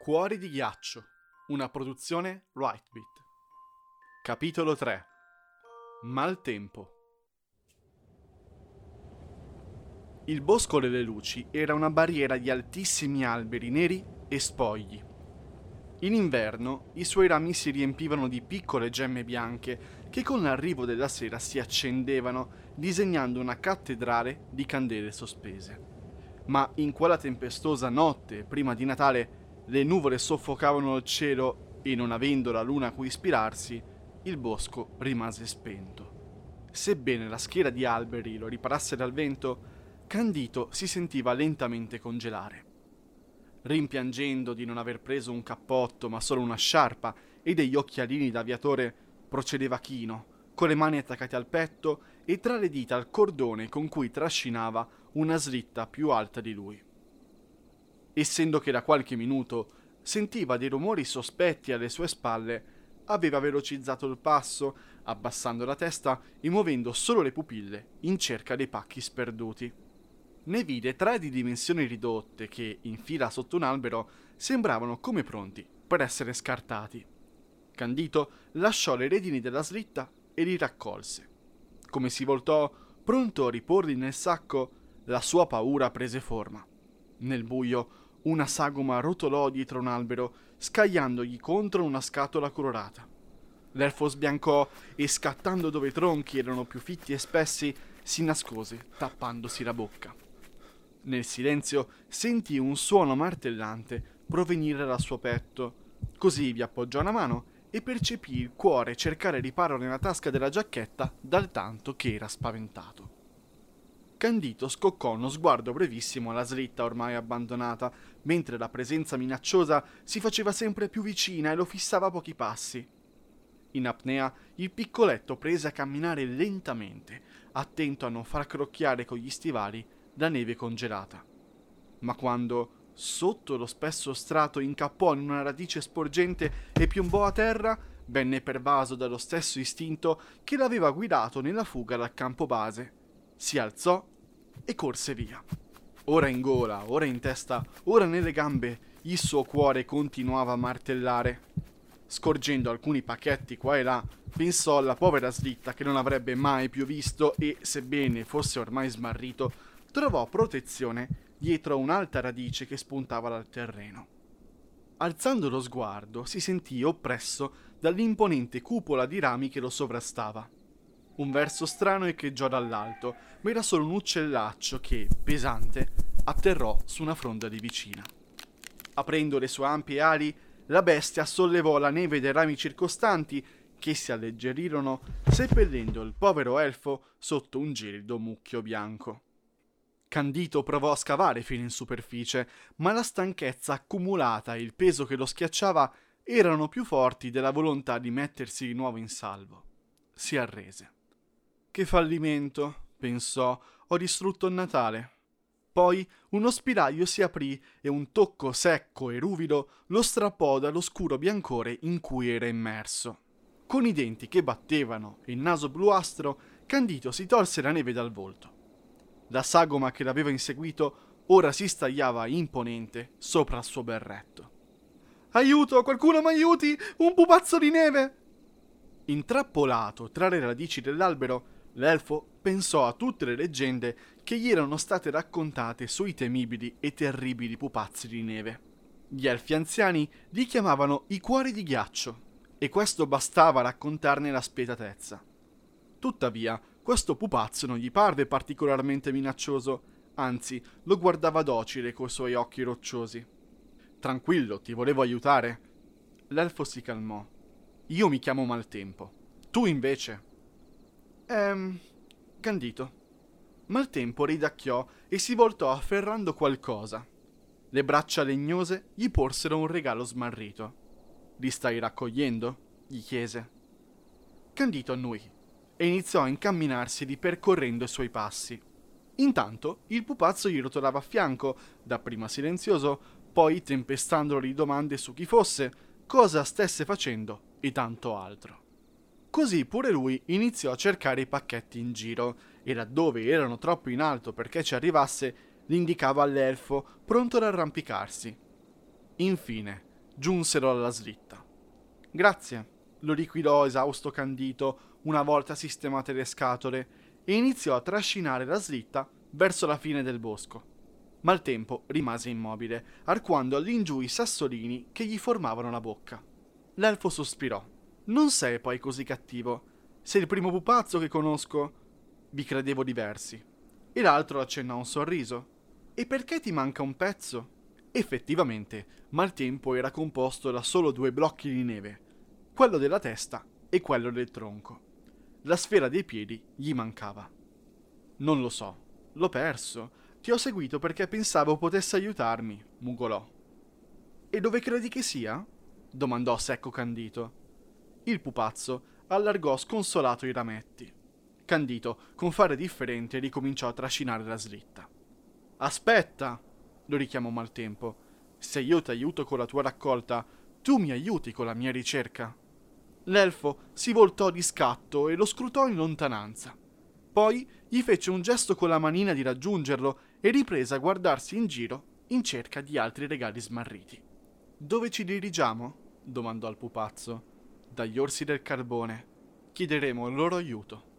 Cuori di ghiaccio, una produzione Rightbit. Capitolo 3. Maltempo. Il bosco delle luci era una barriera di altissimi alberi neri e spogli. In inverno i suoi rami si riempivano di piccole gemme bianche che con l'arrivo della sera si accendevano, disegnando una cattedrale di candele sospese. Ma in quella tempestosa notte, prima di Natale, le nuvole soffocavano il cielo e, non avendo la luna a cui ispirarsi, il bosco rimase spento. Sebbene la schiera di alberi lo riparasse dal vento, Candito si sentiva lentamente congelare. Rimpiangendo di non aver preso un cappotto ma solo una sciarpa e degli occhialini d'aviatore, procedeva chino, con le mani attaccate al petto e tra le dita il cordone con cui trascinava una slitta più alta di lui. Essendo che da qualche minuto sentiva dei rumori sospetti alle sue spalle, aveva velocizzato il passo, abbassando la testa e muovendo solo le pupille in cerca dei pacchi sperduti. Ne vide 3 di dimensioni ridotte che, in fila sotto un albero, sembravano come pronti per essere scartati. Candito lasciò le redini della slitta e li raccolse. Come si voltò, pronto a riporli nel sacco, la sua paura prese forma. Nel buio, una sagoma rotolò dietro un albero, scagliandogli contro una scatola colorata. L'elfo sbiancò e, scattando dove i tronchi erano più fitti e spessi, si nascose, tappandosi la bocca. Nel silenzio sentì un suono martellante provenire dal suo petto. Così vi appoggiò una mano e percepì il cuore cercare riparo nella tasca della giacchetta dal tanto che era spaventato. Candito scoccò uno sguardo brevissimo alla slitta ormai abbandonata, mentre la presenza minacciosa si faceva sempre più vicina e lo fissava a pochi passi. In apnea, il piccoletto prese a camminare lentamente, attento a non far crocchiare con gli stivali la neve congelata. Ma quando, sotto lo spesso strato, incappò in una radice sporgente e piombò a terra, venne pervaso dallo stesso istinto che l'aveva guidato nella fuga dal campo base. Si alzò e corse via. Ora in gola, ora in testa, ora nelle gambe, il suo cuore continuava a martellare. Scorgendo alcuni pacchetti qua e là, pensò alla povera slitta che non avrebbe mai più visto e, sebbene fosse ormai smarrito, trovò protezione dietro a un'alta radice che spuntava dal terreno. Alzando lo sguardo, si sentì oppresso dall'imponente cupola di rami che lo sovrastava. Un verso strano echeggiò dall'alto, ma era solo un uccellaccio che, pesante, atterrò su una fronda di vicina. Aprendo le sue ampie ali, la bestia sollevò la neve dai rami circostanti, che si alleggerirono, seppellendo il povero elfo sotto un gelido mucchio bianco. Candito provò a scavare fino in superficie, ma la stanchezza accumulata e il peso che lo schiacciava erano più forti della volontà di mettersi di nuovo in salvo. Si arrese. Che fallimento, pensò, ho distrutto il Natale. Poi uno spiraglio si aprì e un tocco secco e ruvido lo strappò dall'oscuro biancore in cui era immerso. Con i denti che battevano e il naso bluastro, Candito si tolse la neve dal volto. La sagoma che l'aveva inseguito ora si stagliava imponente sopra il suo berretto. «Aiuto! Qualcuno m'aiuti! Un pupazzo di neve!» Intrappolato tra le radici dell'albero, l'elfo pensò a tutte le leggende che gli erano state raccontate sui temibili e terribili pupazzi di neve. Gli elfi anziani li chiamavano i cuori di ghiaccio, e questo bastava a raccontarne la spietatezza. Tuttavia, questo pupazzo non gli parve particolarmente minaccioso, anzi lo guardava docile coi suoi occhi rocciosi. «Tranquillo, ti volevo aiutare». L'elfo si calmò. «Io mi chiamo Maltempo. Tu invece?» Candito». Maltempo ridacchiò e si voltò afferrando qualcosa. Le braccia legnose gli porsero un regalo smarrito. «Li stai raccogliendo?» gli chiese. Candito annui e iniziò a incamminarsi ripercorrendo i suoi passi. Intanto il pupazzo gli rotolava a fianco, dapprima silenzioso, poi tempestandolo di domande su chi fosse, cosa stesse facendo e tanto altro. Così pure lui iniziò a cercare i pacchetti in giro e laddove erano troppo in alto perché ci arrivasse, li indicava all'elfo, pronto ad arrampicarsi. Infine, giunsero alla slitta. Grazie, lo liquidò esausto Candito una volta sistemate le scatole e iniziò a trascinare la slitta verso la fine del bosco. Maltempo rimase immobile, arcuando all'ingiù i sassolini che gli formavano la bocca. L'elfo sospirò. Non sei poi così cattivo. Sei il primo pupazzo che conosco. Vi credevo diversi. E l'altro accennò un sorriso. E perché ti manca un pezzo? Effettivamente, Maltempo era composto da solo 2 blocchi di neve, quello della testa e quello del tronco. La sfera dei piedi gli mancava. Non lo so, l'ho perso. Ti ho seguito perché pensavo potesse aiutarmi, mugolò. E dove credi che sia? Domandò secco Candito. Il pupazzo allargò sconsolato i rametti. Candito, con fare differente, ricominciò a trascinare la slitta. Aspetta, lo richiamò Maltempo. Se io ti aiuto con la tua raccolta, tu mi aiuti con la mia ricerca. L'elfo si voltò di scatto e lo scrutò in lontananza. Poi gli fece un gesto con la manina di raggiungerlo e riprese a guardarsi in giro in cerca di altri regali smarriti. Dove ci dirigiamo? Domandò il pupazzo. Dagli orsi del carbone. Chiederemo il loro aiuto.